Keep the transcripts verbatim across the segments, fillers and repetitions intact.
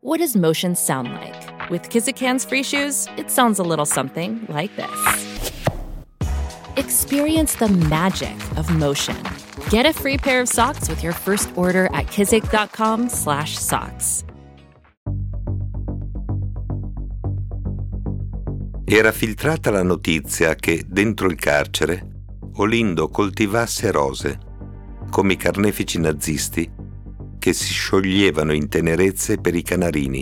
What does motion sound like? With Kizik hands-free shoes, it sounds a little something like this. Experience the magic of motion. Get a free pair of socks with your first order at kizik.com slash socks. Era filtrata la notizia che dentro il carcere Olindo coltivasse rose, come i carnefici nazisti che si scioglievano in tenerezze per i canarini.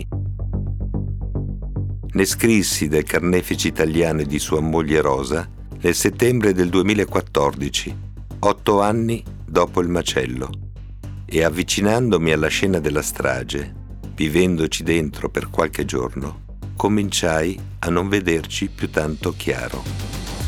Ne scrissi del carnefice italiano e di sua moglie Rosa nel settembre del duemilaquattordici, otto anni dopo il macello, e avvicinandomi alla scena della strage, vivendoci dentro per qualche giorno, cominciai a non vederci più tanto chiaro.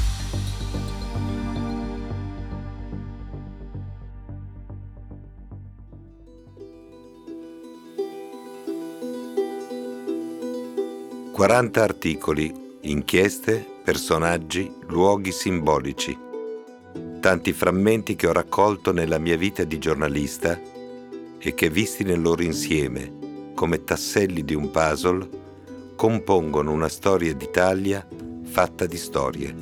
quaranta articoli, inchieste, personaggi, luoghi simbolici. Tanti frammenti che ho raccolto nella mia vita di giornalista e che, visti nel loro insieme, come tasselli di un puzzle, compongono una storia d'Italia fatta di storie.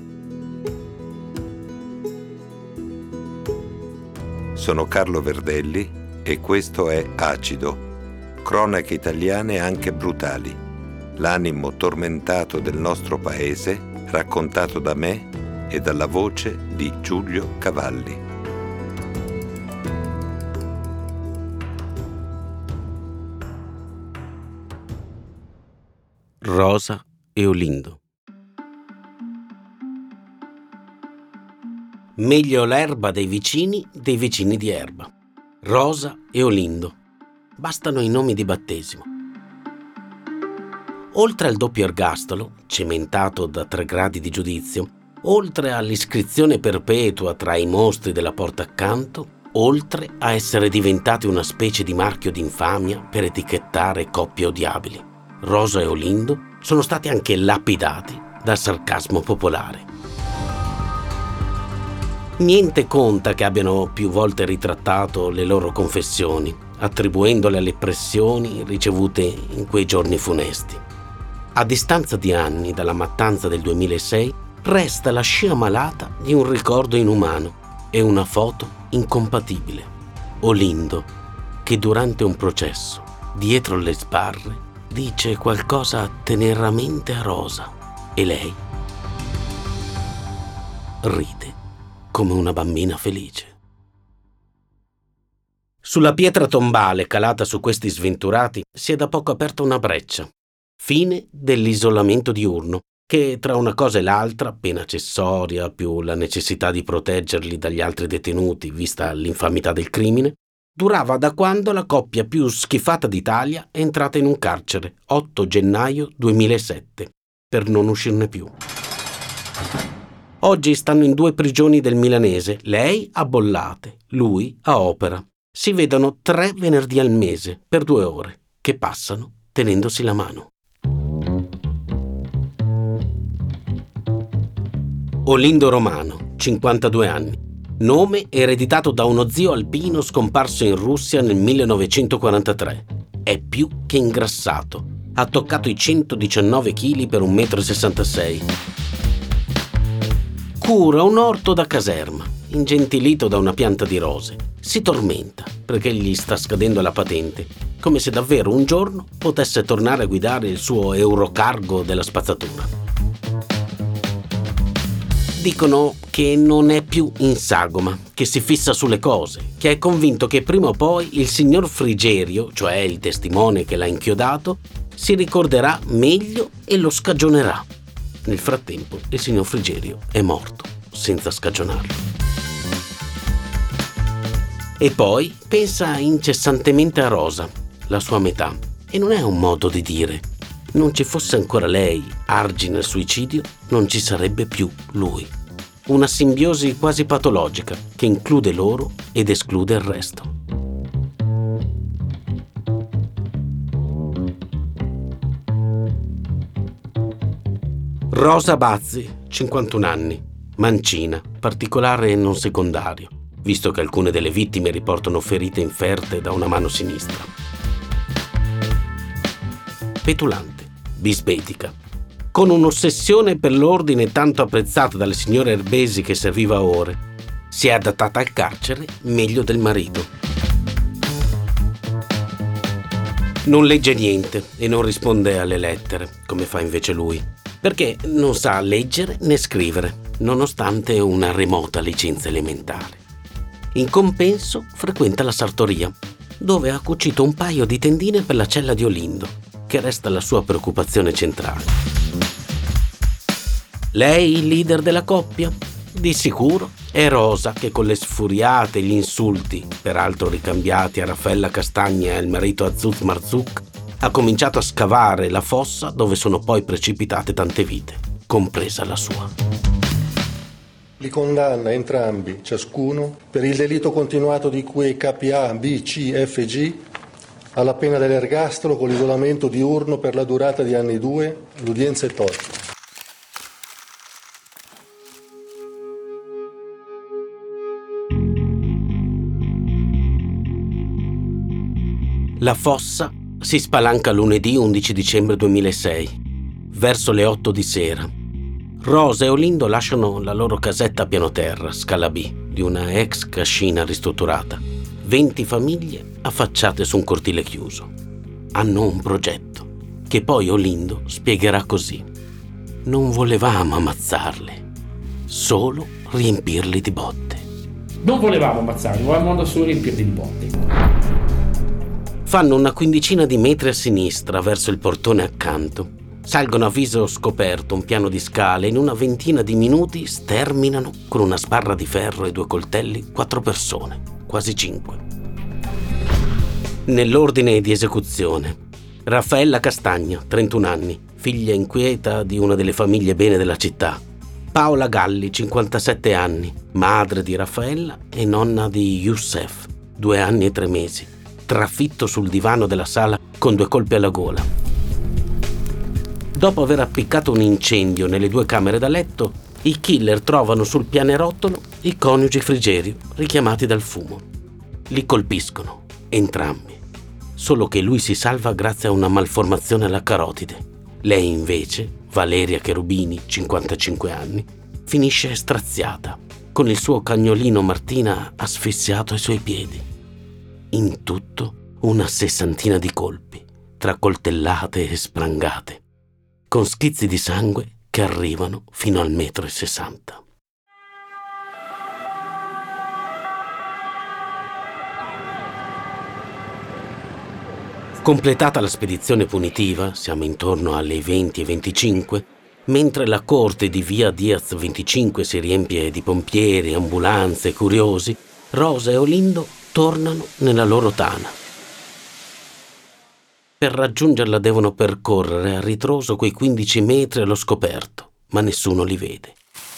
Sono Carlo Verdelli e questo è Acido, cronache italiane anche brutali. L'animo tormentato del nostro paese, raccontato da me e dalla voce di Giulio Cavalli. Rosa e Olindo. Meglio l'erba dei vicini dei vicini di erba. Rosa e Olindo. Bastano i nomi di battesimo. Oltre al doppio ergastolo, cementato da tre gradi di giudizio, oltre all'iscrizione perpetua tra i mostri della porta accanto, oltre a essere diventati una specie di marchio d'infamia per etichettare coppie odiabili, Rosa e Olindo sono stati anche lapidati dal sarcasmo popolare. Niente conta che abbiano più volte ritrattato le loro confessioni, attribuendole alle pressioni ricevute in quei giorni funesti. A distanza di anni dalla mattanza del duemilasei, resta la scia malata di un ricordo inumano e una foto incompatibile. Olindo, che durante un processo, dietro le sbarre, dice qualcosa teneramente a Rosa e lei ride come una bambina felice. Sulla pietra tombale calata su questi sventurati si è da poco aperta una breccia. Fine dell'isolamento diurno, che tra una cosa e l'altra, pena accessoria più la necessità di proteggerli dagli altri detenuti vista l'infamità del crimine, durava da quando la coppia più schifata d'Italia è entrata in un carcere, otto gennaio duemilasette, per non uscirne più. Oggi stanno in due prigioni del milanese, lei a Bollate, lui a Opera. Si vedono tre venerdì al mese per due ore, che passano tenendosi la mano. Olindo Romano, cinquantadue anni. Nome ereditato da uno zio alpino scomparso in Russia nel millenovecentoquarantatré. È più che ingrassato. Ha toccato i centodiciannove chili per un metro e sessantasei. Cura un orto da caserma, ingentilito da una pianta di rose. Si tormenta perché gli sta scadendo la patente, come se davvero un giorno potesse tornare a guidare il suo Eurocargo della spazzatura. Dicono che non è più in sagoma, che si fissa sulle cose, che è convinto che prima o poi il signor Frigerio, cioè il testimone che l'ha inchiodato, si ricorderà meglio e lo scagionerà. Nel frattempo il signor Frigerio è morto, senza scagionarlo. E poi pensa incessantemente a Rosa, la sua metà, e non è un modo di dire. Non ci fosse ancora lei, argine al suicidio, non ci sarebbe più lui. Una simbiosi quasi patologica che include loro ed esclude il resto. Rosa Bazzi, cinquantuno anni, mancina, particolare e non secondario, visto che alcune delle vittime riportano ferite inferte da una mano sinistra. petulante, bisbetica, con un'ossessione per l'ordine tanto apprezzata dalle signore Erbesi che serviva ore. Si è adattata al carcere meglio del marito. Non legge niente e non risponde alle lettere, come fa invece lui, perché non sa leggere né scrivere, nonostante una remota licenza elementare. In compenso frequenta la sartoria, dove ha cucito un paio di tendine per la cella di Olindo, che resta la sua preoccupazione centrale. Lei il leader della coppia? Di sicuro è Rosa che con le sfuriate e gli insulti, peraltro ricambiati a Raffaella Castagna e al marito Azuz Marzuk, ha cominciato a scavare la fossa dove sono poi precipitate tante vite, compresa la sua. Li condanna entrambi, ciascuno, per il delitto continuato di cui capi A, B, C, F e G, alla pena dell'ergastolo con l'isolamento diurno per la durata di anni due, l'udienza è tolta. La fossa si spalanca lunedì undici dicembre duemilasei, verso le otto di sera. Rosa e Olindo lasciano la loro casetta a piano terra, scala B, di una ex cascina ristrutturata. venti famiglie affacciate su un cortile chiuso. Hanno un progetto, che poi Olindo spiegherà così. Non volevamo ammazzarle, solo riempirli di botte. Non volevamo ammazzarli, volevamo solo riempirli di botte. Fanno una quindicina di metri a sinistra verso il portone accanto. Salgono a viso scoperto un piano di scale e in una ventina di minuti sterminano con una sbarra di ferro e due coltelli quattro persone, quasi cinque. Nell'ordine di esecuzione: Raffaella Castagna, trentuno anni, figlia inquieta di una delle famiglie bene della città. Paola Galli, cinquantasette anni, madre di Raffaella e nonna di Youssef, due anni e tre mesi, trafitto sul divano della sala con due colpi alla gola. Dopo aver appiccato un incendio nelle due camere da letto, i killer trovano sul pianerottolo i coniugi Frigerio, richiamati dal fumo. Li colpiscono, entrambi, solo che lui si salva grazie a una malformazione alla carotide. Lei invece, Valeria Cherubini, cinquantacinque anni, finisce straziata, con il suo cagnolino Martina asfissiato ai suoi piedi. In tutto una sessantina di colpi, tra coltellate e sprangate, con schizzi di sangue che arrivano fino al metro e sessanta. Completata la spedizione punitiva, siamo intorno alle venti e venticinque, mentre la corte di via Diaz venticinque si riempie di pompieri, ambulanze e curiosi, Rosa e Olindo tornano nella loro tana. Per raggiungerla devono percorrere a ritroso quei quindici metri allo scoperto, ma nessuno li vede.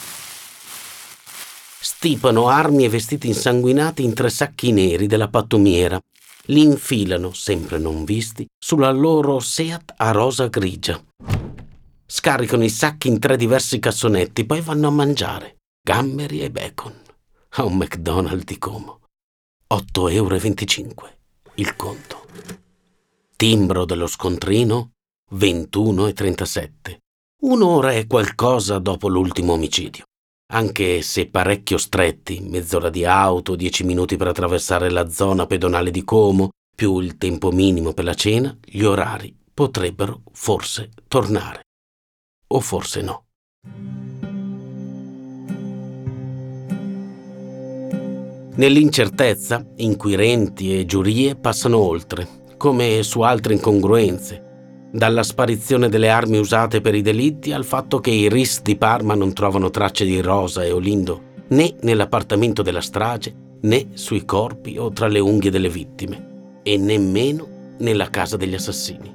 Stipano armi e vestiti insanguinati in tre sacchi neri della pattumiera. Li infilano, sempre non visti, sulla loro Seat a rosa grigia. Scaricano i sacchi in tre diversi cassonetti, poi vanno a mangiare gamberi e bacon a un McDonald's di Como. otto euro e venticinque il conto. Timbro dello scontrino ventuno e trentasette. Un'ora e qualcosa dopo l'ultimo omicidio. Anche se parecchio stretti, mezz'ora di auto, dieci minuti per attraversare la zona pedonale di Como, più il tempo minimo per la cena, gli orari potrebbero forse tornare. O forse no. Nell'incertezza, inquirenti e giurie passano oltre, come su altre incongruenze, dalla sparizione delle armi usate per i delitti al fatto che i R I S di Parma non trovano tracce di Rosa e Olindo né nell'appartamento della strage né sui corpi o tra le unghie delle vittime e nemmeno nella casa degli assassini.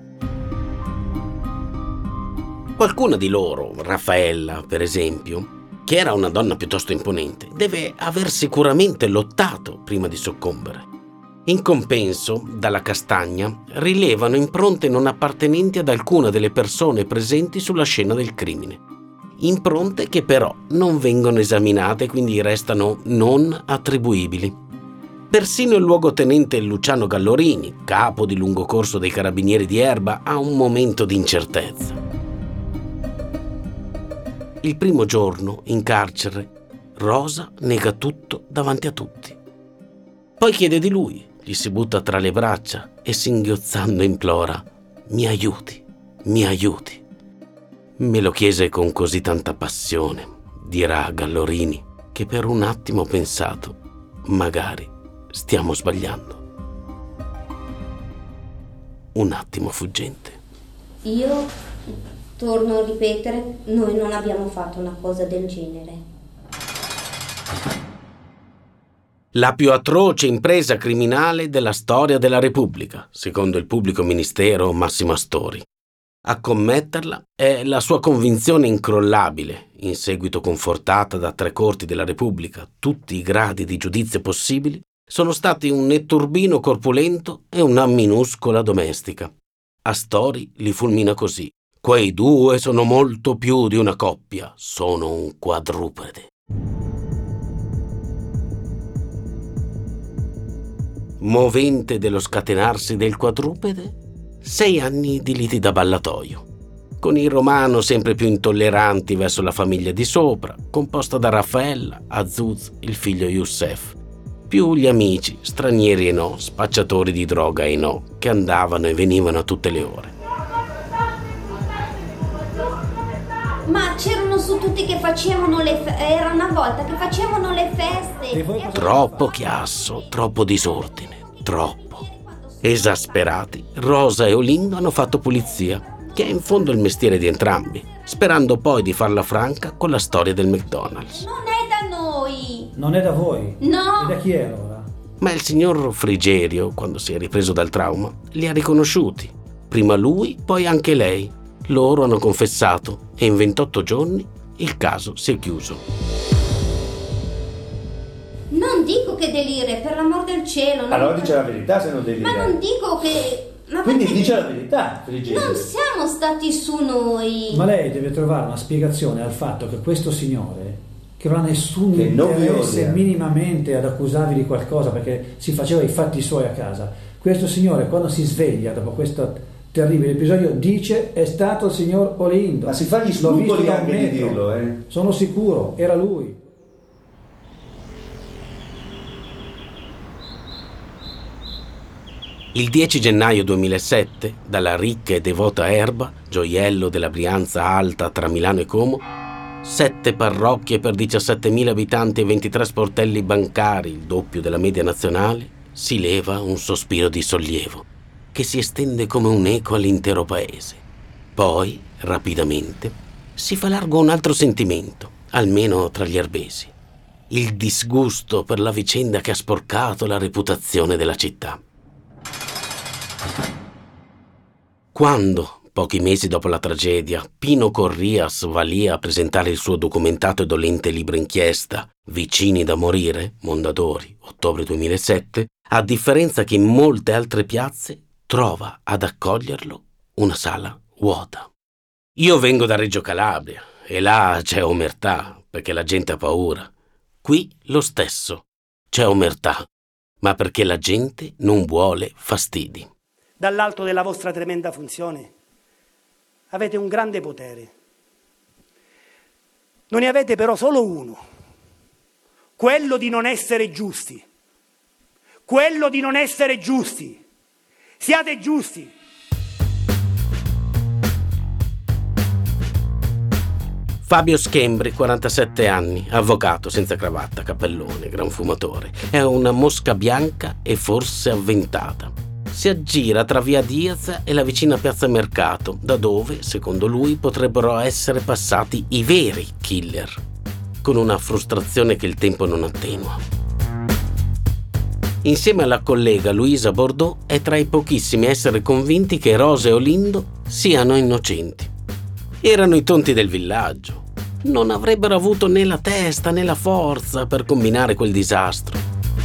Qualcuna di loro, Raffaella per esempio, che era una donna piuttosto imponente, deve aver sicuramente lottato prima di soccombere. In compenso, dalla Castagna rilevano impronte non appartenenti ad alcuna delle persone presenti sulla scena del crimine. Impronte che però non vengono esaminate e quindi restano non attribuibili. Persino il luogotenente Luciano Gallorini, capo di lungo corso dei Carabinieri di Erba, ha un momento di incertezza. Il primo giorno, in carcere, Rosa nega tutto davanti a tutti. Poi chiede di lui, gli si butta tra le braccia e singhiozzando implora: «Mi aiuti, mi aiuti». Me lo chiese con così tanta passione, dirà Gallorini, che per un attimo ho pensato: magari stiamo sbagliando. Un attimo fuggente. Io torno a ripetere, noi non abbiamo fatto una cosa del genere. La più atroce impresa criminale della storia della Repubblica, secondo il pubblico ministero Massimo Astori. A commetterla è la sua convinzione incrollabile, in seguito confortata da tre corti della Repubblica, tutti i gradi di giudizio possibili sono stati un netturbino corpulento e una minuscola domestica. Astori li fulmina così: quei due sono molto più di una coppia, sono un quadrupede. Movente dello scatenarsi del quadrupede, sei anni di liti da ballatoio, con il romano sempre più intolleranti verso la famiglia di sopra, composta da Raffaella, Azuz, il figlio Youssef, più gli amici, stranieri e no, spacciatori di droga e no, che andavano e venivano a tutte le ore. Ma c'erano su tutti che facevano le feste, era una volta che facevano le feste. Troppo chiasso, troppo disordine, troppo. Esasperati, Rosa e Olindo hanno fatto pulizia, che è in fondo il mestiere di entrambi, sperando poi di farla franca con la storia del McDonald's. Non è da noi! Non è da voi? No! E da chi è allora? Ma il signor Frigerio, quando si è ripreso dal trauma, li ha riconosciuti. Prima lui, poi anche lei. Loro hanno confessato e in ventotto giorni il caso si è chiuso. Non dico che delire, per l'amor del cielo. Non allora dice la verità se non delira. Ma non dico che... Ma Quindi perché... dice la verità, Frigerio. Non siamo stati su noi. Ma lei deve trovare una spiegazione al fatto che questo signore, che non ha nessun che non interesse minimamente ad accusarvi di qualcosa perché si faceva i fatti suoi a casa, questo signore quando si sveglia dopo questo terribile episodio dice: è stato il signor Olindo. Ma si fa gli scrupoli anche di dirlo, eh? Sono sicuro, era lui. Il dieci gennaio duemilasette, dalla ricca e devota Erba, gioiello della Brianza alta tra Milano e Como, sette parrocchie per diciassettemila abitanti e ventitré sportelli bancari, il doppio della media nazionale, si leva un sospiro di sollievo che si estende come un eco all'intero paese. Poi, rapidamente, si fa largo un altro sentimento, almeno tra gli erbesi: il disgusto per la vicenda che ha sporcato la reputazione della città. Quando, pochi mesi dopo la tragedia, Pino Corrias va lì a presentare il suo documentato e dolente libro inchiesta Vicini da morire, Mondadori, ottobre duemilasette, a differenza che in molte altre piazze, trova ad accoglierlo una sala vuota. Io vengo da Reggio Calabria e là c'è omertà perché la gente ha paura. Qui lo stesso, c'è omertà, ma perché la gente non vuole fastidi. Dall'alto della vostra tremenda funzione avete un grande potere. Non ne avete però solo uno, quello di non essere giusti. Quello di non essere giusti. Siate giusti. Fabio Schembri, quarantasette anni, avvocato senza cravatta, cappellone, gran fumatore. È una mosca bianca e forse avventata. Si aggira tra via Diaz e la vicina piazza Mercato, da dove, secondo lui, potrebbero essere passati i veri killer, con una frustrazione che il tempo non attenua. Insieme alla collega Luisa Bordeaux è tra i pochissimi a essere convinti che Rosa e Olindo siano innocenti. Erano i tonti del villaggio. Non avrebbero avuto né la testa né la forza per combinare quel disastro.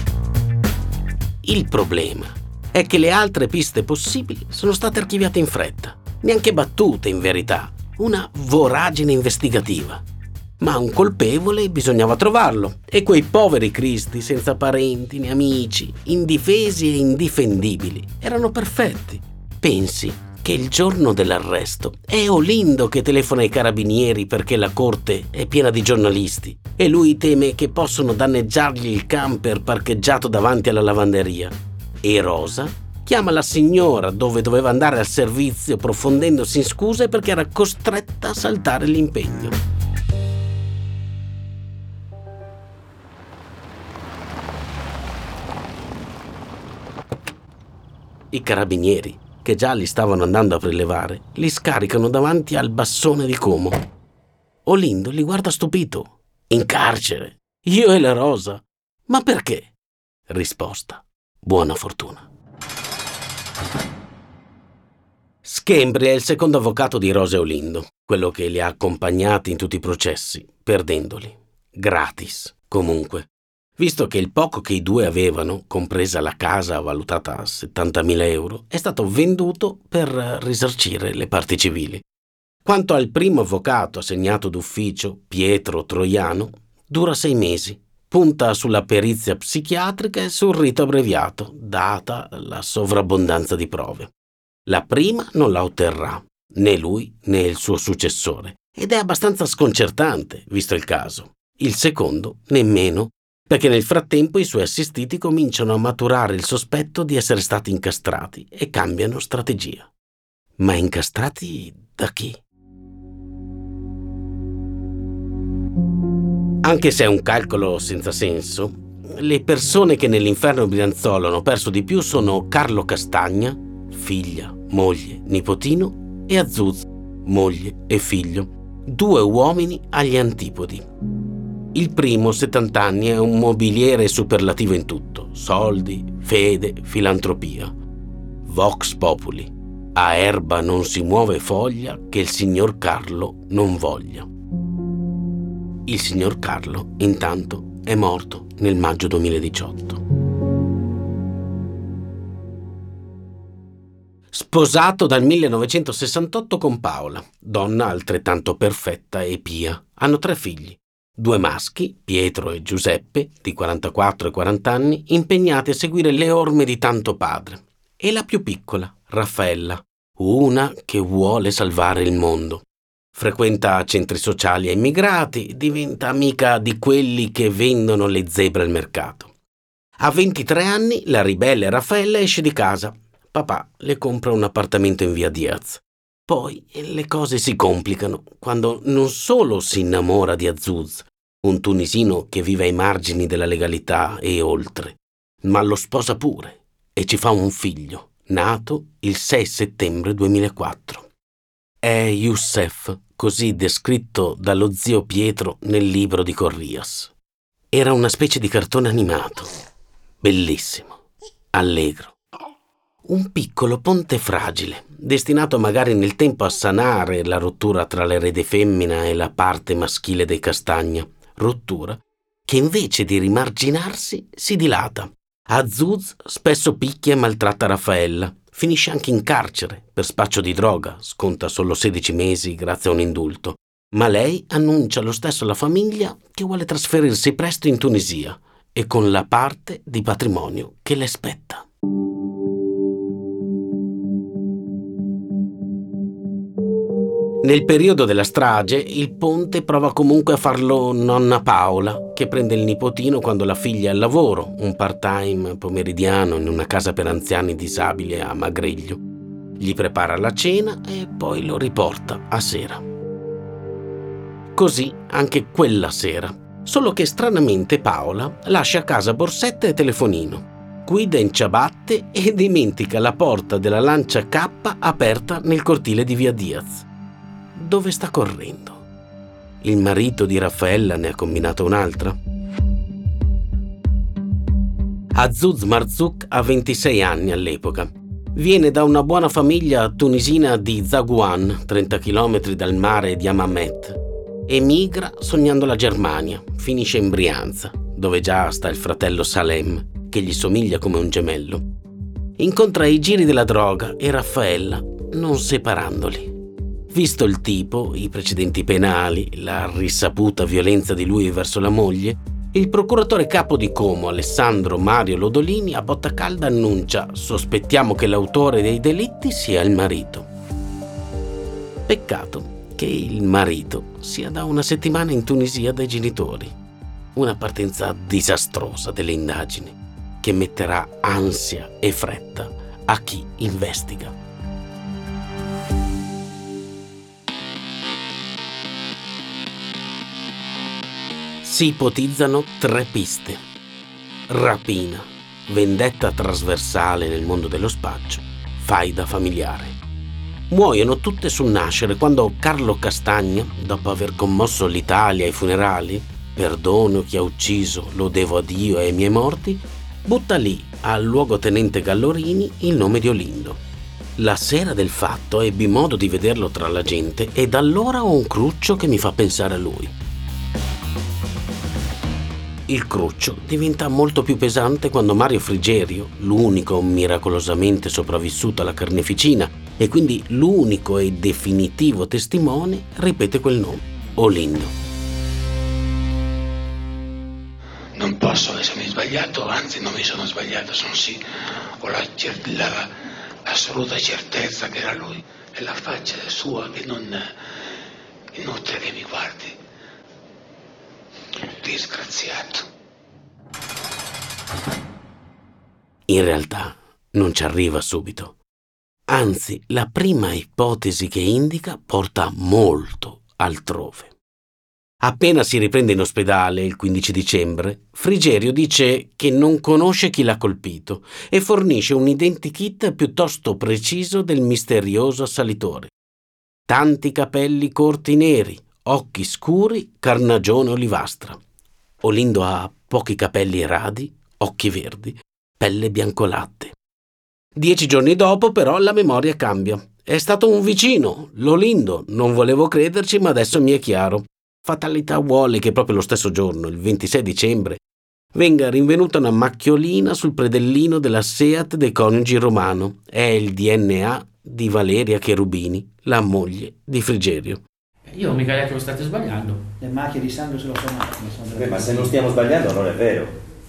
Il problema è che le altre piste possibili sono state archiviate in fretta, neanche battute in verità, una voragine investigativa. Ma un colpevole bisognava trovarlo, e quei poveri cristi senza parenti né amici, indifesi e indifendibili, erano perfetti. Pensi che il giorno dell'arresto è Olindo che telefona ai carabinieri perché la corte è piena di giornalisti e lui teme che possono danneggiargli il camper parcheggiato davanti alla lavanderia. E Rosa chiama la signora dove doveva andare al servizio profondendosi in scuse perché era costretta a saltare l'impegno. I carabinieri, che già li stavano andando a prelevare, li scaricano davanti al bassone di Como. Olindo li guarda stupito. In carcere? Io e la Rosa? Ma perché? Risposta: buona fortuna. Schembri è il secondo avvocato di Rosa e Olindo, quello che li ha accompagnati in tutti i processi, perdendoli. Gratis, comunque. Visto che il poco che i due avevano, compresa la casa valutata a settantamila euro, è stato venduto per risarcire le parti civili. Quanto al primo avvocato assegnato d'ufficio, Pietro Troiano, dura sei mesi. Punta sulla perizia psichiatrica e sul rito abbreviato, data la sovrabbondanza di prove. La prima non la otterrà, né lui né il suo successore, ed è abbastanza sconcertante, visto il caso. Il secondo, nemmeno, perché nel frattempo i suoi assistiti cominciano a maturare il sospetto di essere stati incastrati e cambiano strategia. Ma incastrati da chi? Anche se è un calcolo senza senso, le persone che nell'inferno Brianzolo hanno perso di più sono Carlo Castagna, figlia, moglie, nipotino, e Azuz, moglie e figlio, due uomini agli antipodi. Il primo, settanta anni, è un mobiliere superlativo in tutto: soldi, fede, filantropia. Vox populi. A erba non si muove foglia che il signor Carlo non voglia. Il signor Carlo, intanto, è morto nel maggio duemiladiciotto. Sposato dal millenovecentosessantotto con Paola, donna altrettanto perfetta e pia. Hanno tre figli. Due maschi, Pietro e Giuseppe, di quarantaquattro e quaranta anni, impegnati a seguire le orme di tanto padre. E la più piccola, Raffaella, una che vuole salvare il mondo. Frequenta centri sociali a immigrati, diventa amica di quelli che vendono le zebre al mercato. A ventitré anni la ribelle Raffaella esce di casa. Papà le compra un appartamento in via Diaz. Poi le cose si complicano quando non solo si innamora di Azuz, un tunisino che vive ai margini della legalità e oltre, ma lo sposa pure e ci fa un figlio, nato il sei settembre duemilaquattro. È Youssef, così descritto dallo zio Pietro nel libro di Corrias. Era una specie di cartone animato, bellissimo, allegro. Un piccolo ponte fragile, destinato magari nel tempo a sanare la rottura tra l'erede femmina e la parte maschile dei Castagna, rottura che invece di rimarginarsi si dilata. Azuz spesso picchia e maltratta Raffaella, finisce anche in carcere per spaccio di droga, sconta solo sedici mesi grazie a un indulto, ma lei annuncia lo stesso alla famiglia che vuole trasferirsi presto in Tunisia e con la parte di patrimonio che le spetta. Nel periodo della strage, il ponte prova comunque a farlo nonna Paola, che prende il nipotino quando la figlia è al lavoro, un part-time pomeridiano in una casa per anziani disabili a Magreglio. Gli prepara la cena e poi lo riporta a sera. Così anche quella sera, solo che stranamente Paola lascia a casa borsetta e telefonino, guida in ciabatte e dimentica la porta della Lancia K aperta nel cortile di via Diaz. Dove sta correndo? Il marito di Raffaella ne ha combinato un'altra? Azuz Marzouk ha ventisei anni all'epoca. Viene da una buona famiglia tunisina di Zagouan, trenta chilometri dal mare di Hammamet. Emigra sognando la Germania, finisce in Brianza, dove già sta il fratello Salem, che gli somiglia come un gemello. Incontra i giri della droga e Raffaella, non separandoli. Visto il tipo, i precedenti penali, la risaputa violenza di lui verso la moglie, il procuratore capo di Como, Alessandro Mario Lodolini, a botta calda annuncia: sospettiamo che l'autore dei delitti sia il marito. Peccato che il marito sia da una settimana in Tunisia dai genitori. Una partenza disastrosa delle indagini che metterà ansia e fretta a chi investiga. Si ipotizzano tre piste: rapina, vendetta trasversale nel mondo dello spaccio, faida familiare. Muoiono tutte sul nascere quando Carlo Castagna, dopo aver commosso l'Italia ai funerali, perdono chi ha ucciso, lo devo a Dio e ai miei morti, butta lì al luogotenente Gallorini il nome di Olindo. La sera del fatto ebbi modo di vederlo tra la gente e da allora ho un cruccio che mi fa pensare a lui. Il cruccio diventa molto più pesante quando Mario Frigerio, l'unico miracolosamente sopravvissuto alla carneficina e quindi l'unico e definitivo testimone, ripete quel nome, Olindo. Non posso essermi sbagliato, anzi non mi sono sbagliato, sono sì, ho la, la assoluta certezza che era lui, e la faccia sua che non inutile che mi guardi. Disgraziato. In realtà non ci arriva subito. Anzi, la prima ipotesi che indica porta molto altrove. Appena si riprende in ospedale il quindici dicembre, Frigerio dice che non conosce chi l'ha colpito e fornisce un identikit piuttosto preciso del misterioso assalitore. Tanti capelli corti neri, occhi scuri, carnagione olivastra. Olindo ha pochi capelli radi, occhi verdi, pelle biancolatte. Dieci giorni dopo, però, la memoria cambia. È stato un vicino, l'Olindo. Non volevo crederci, ma adesso mi è chiaro. Fatalità vuole che proprio lo stesso giorno, il ventisei dicembre, venga rinvenuta una macchiolina sul predellino della Seat dei coniugi Romano. È il D N A di Valeria Cherubini, la moglie di Frigerio. Io non mica detto che lo state sbagliando. Le macchie di sangue sulla sua macchina sono Beh, ma se non stiamo sbagliando non è vero.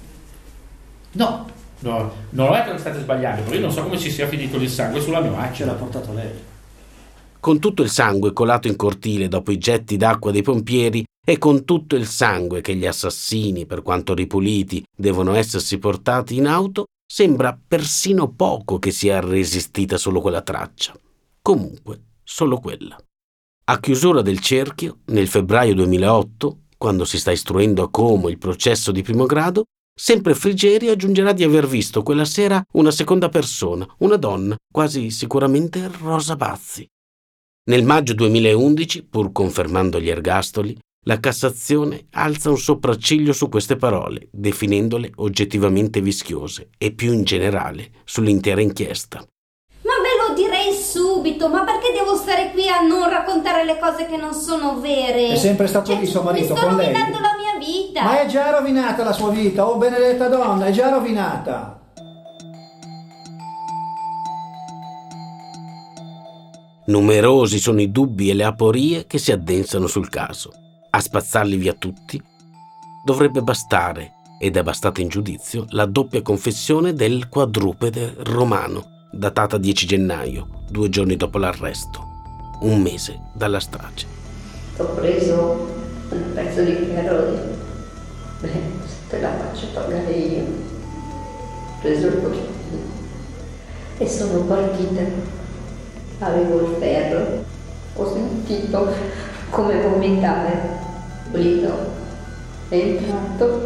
No, no, non ho detto che state sbagliando, però io non so come ci sia finito il sangue sulla mia macchina. Ce l'ha portato lei. Con tutto il sangue colato in cortile dopo i getti d'acqua dei pompieri e con tutto il sangue che gli assassini, per quanto ripuliti, devono essersi portati in auto, sembra persino poco che sia resistita solo quella traccia. Comunque, solo quella. A chiusura del cerchio, nel febbraio duemilaotto, quando si sta istruendo a Como il processo di primo grado, sempre Frigerio aggiungerà di aver visto quella sera una seconda persona, una donna, quasi sicuramente Rosa Bazzi. Nel maggio duemilaundici, pur confermando gli ergastoli, la Cassazione alza un sopracciglio su queste parole, definendole oggettivamente vischiose e più in generale sull'intera inchiesta. Ma ve lo direi subito, ma perché devo stare qui a non raccontare le cose che non sono vere? È sempre stato cioè, lì suo marito mi sto con lei? rovinando la mia vita. Ma è già rovinata la sua vita, oh benedetta donna, è già rovinata. Numerosi sono i dubbi e le aporie che si addensano sul caso. A spazzarli via tutti dovrebbe bastare, ed è bastata in giudizio, la doppia confessione del quadrupede romano, datata dieci gennaio, due giorni dopo l'arresto, un mese dalla strage. Ho preso un pezzo di ferro, beh, te la faccio pagare io. Ho preso il coltello e sono partita. Avevo il ferro, ho sentito come vomitare. Lino è entrato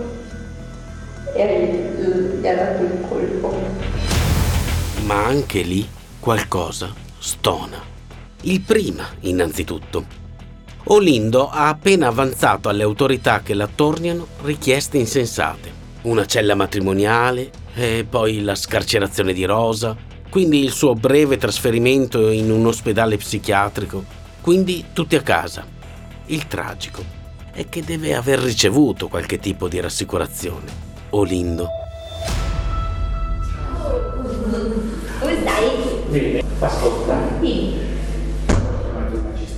e gli ha dato il colpo. Ma anche lì qualcosa stona. Il prima, innanzitutto. Olindo ha appena avanzato alle autorità che l'attorniano richieste insensate. Una cella matrimoniale e poi la scarcerazione di Rosa, quindi il suo breve trasferimento in un ospedale psichiatrico, quindi tutti a casa. Il tragico è che deve aver ricevuto qualche tipo di rassicurazione. Olindo. Come stai? Bene, ascolta. Sì.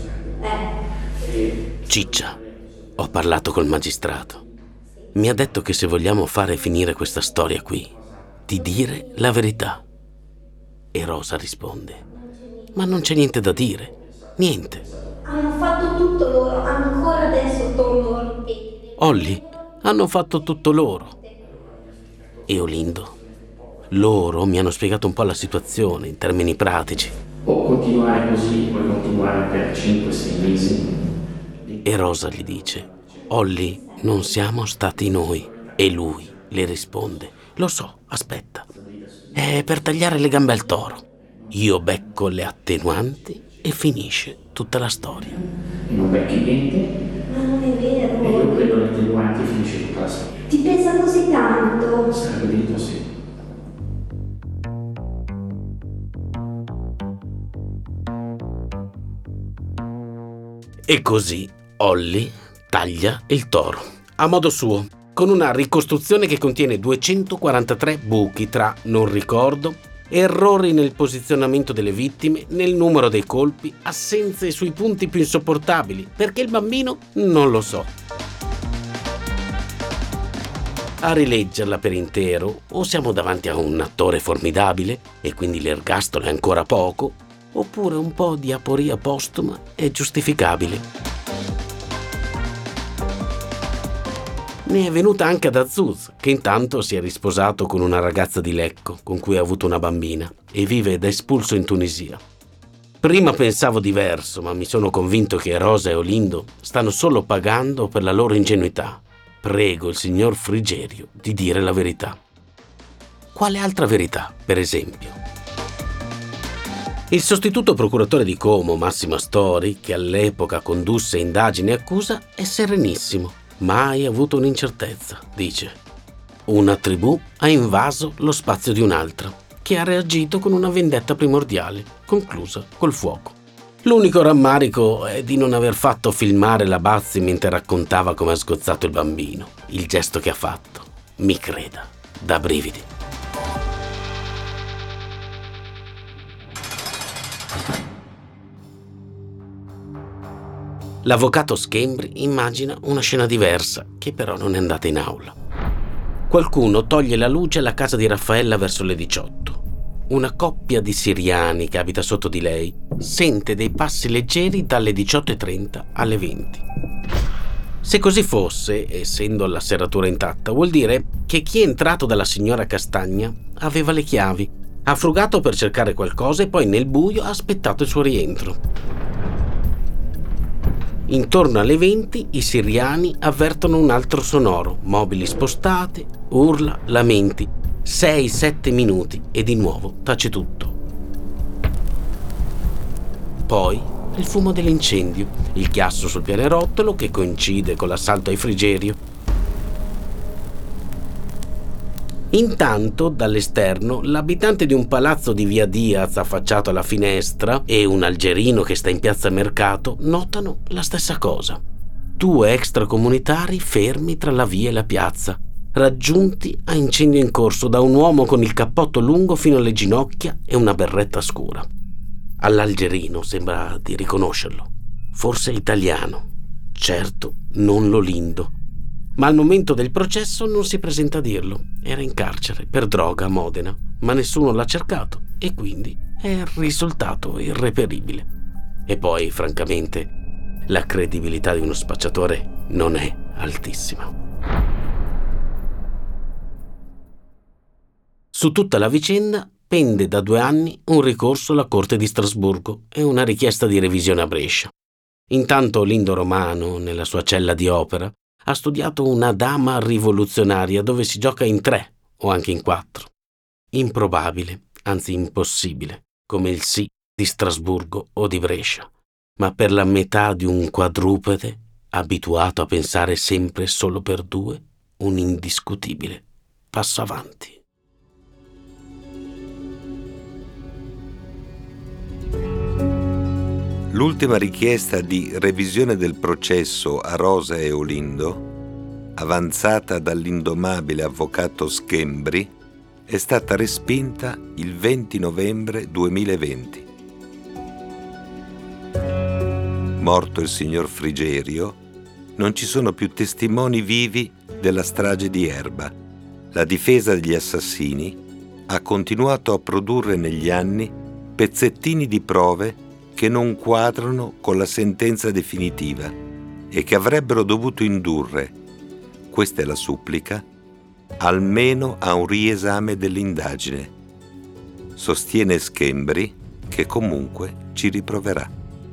Ciccia, ho parlato col magistrato. Mi ha detto che se vogliamo fare finire questa storia qui, di dire la verità. E Rosa risponde: ma non c'è niente da dire, niente. Hanno fatto tutto loro, ancora adesso torno a ripetere. Olli, hanno fatto tutto loro. E Olindo? Loro mi hanno spiegato un po' la situazione in termini pratici. Può continuare così, puoi continuare per cinque sei mesi. E Rosa gli dice: Olli, non siamo stati noi. E lui le risponde: lo so, aspetta. È per tagliare le gambe al toro. Io becco le attenuanti e finisce tutta la storia. E non becchi niente. Ma non è vero. E io prendo le attenuanti e finisce tutta la storia. Ti pesa così tanto? Sarebbe detto sì. E così Olli taglia il toro, a modo suo, con una ricostruzione che contiene duecentoquarantatré buchi tra non ricordo, errori nel posizionamento delle vittime, nel numero dei colpi, assenze sui punti più insopportabili, perché il bambino non lo so. A rileggerla per intero, o siamo davanti a un attore formidabile e quindi l'ergastolo è ancora poco, oppure un po' di aporia postuma è giustificabile. Ne è venuta anche ad Azuz, che intanto si è risposato con una ragazza di Lecco, con cui ha avuto una bambina, e vive da espulso in Tunisia. Prima pensavo diverso, ma mi sono convinto che Rosa e Olindo stanno solo pagando per la loro ingenuità. Prego il signor Frigerio di dire la verità. Quale altra verità, per esempio? Il sostituto procuratore di Como, Massimo Astori, che all'epoca condusse indagini e accusa, è serenissimo. Mai avuto un'incertezza, dice. Una tribù ha invaso lo spazio di un'altra, che ha reagito con una vendetta primordiale, conclusa col fuoco. L'unico rammarico è di non aver fatto filmare la Bazzi mentre raccontava come ha sgozzato il bambino. Il gesto che ha fatto, mi creda, dà brividi. L'avvocato Schembri immagina una scena diversa, che però non è andata in aula. Qualcuno toglie la luce alla casa di Raffaella verso le diciotto. Una coppia di siriani che abita sotto di lei sente dei passi leggeri dalle diciotto e trenta alle venti. Se così fosse, essendo la serratura intatta, vuol dire che chi è entrato dalla signora Castagna aveva le chiavi, ha frugato per cercare qualcosa e poi nel buio ha aspettato il suo rientro. Intorno alle venti i siriani avvertono un altro sonoro, mobili spostate, urla, lamenti. sei sette minuti e di nuovo tace tutto. Poi il fumo dell'incendio, il chiasso sul pianerottolo che coincide con l'assalto ai Frigerio. Intanto, dall'esterno, l'abitante di un palazzo di via Diaz affacciato alla finestra e un algerino che sta in piazza Mercato notano la stessa cosa. Due extracomunitari fermi tra la via e la piazza, raggiunti a incendio in corso da un uomo con il cappotto lungo fino alle ginocchia e una berretta scura. All'algerino sembra di riconoscerlo. Forse italiano. Certo, non l'Olindo. Ma al momento del processo non si presenta a dirlo. Era in carcere per droga a Modena, ma nessuno l'ha cercato e quindi è risultato irreperibile. E poi, francamente, la credibilità di uno spacciatore non è altissima. Su tutta la vicenda pende da due anni un ricorso alla Corte di Strasburgo e una richiesta di revisione a Brescia. Intanto Lindo Romano, nella sua cella di opera, ha studiato una dama rivoluzionaria dove si gioca in tre o anche in quattro. Improbabile, anzi impossibile, come il sì di Strasburgo o di Brescia, ma per la metà di un quadrupede, abituato a pensare sempre solo per due, un indiscutibile passo avanti. L'ultima richiesta di revisione del processo a Rosa e Olindo, avanzata dall'indomabile avvocato Schembri, è stata respinta il venti novembre duemilaventi. morto il signor Frigerio, non ci sono più testimoni vivi della strage di Erba. La difesa degli assassini ha continuato a produrre negli anni pezzettini di prove che non quadrano con la sentenza definitiva e che avrebbero dovuto indurre, questa è la supplica, almeno a un riesame dell'indagine. Sostiene Schembri che comunque ci riproverà.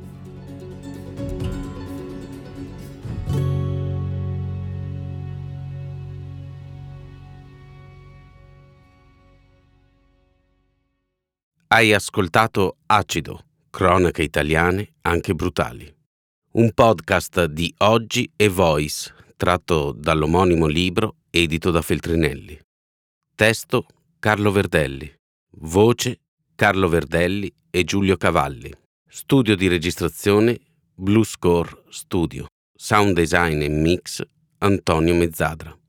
Hai ascoltato Acido, cronache italiane anche brutali. Un podcast di Oggi e Voice, tratto dall'omonimo libro edito da Feltrinelli. Testo Carlo Verdelli. Voce Carlo Verdelli e Giulio Cavalli. Studio di registrazione Blue Score Studio. Sound design e mix Antonio Mezzadra.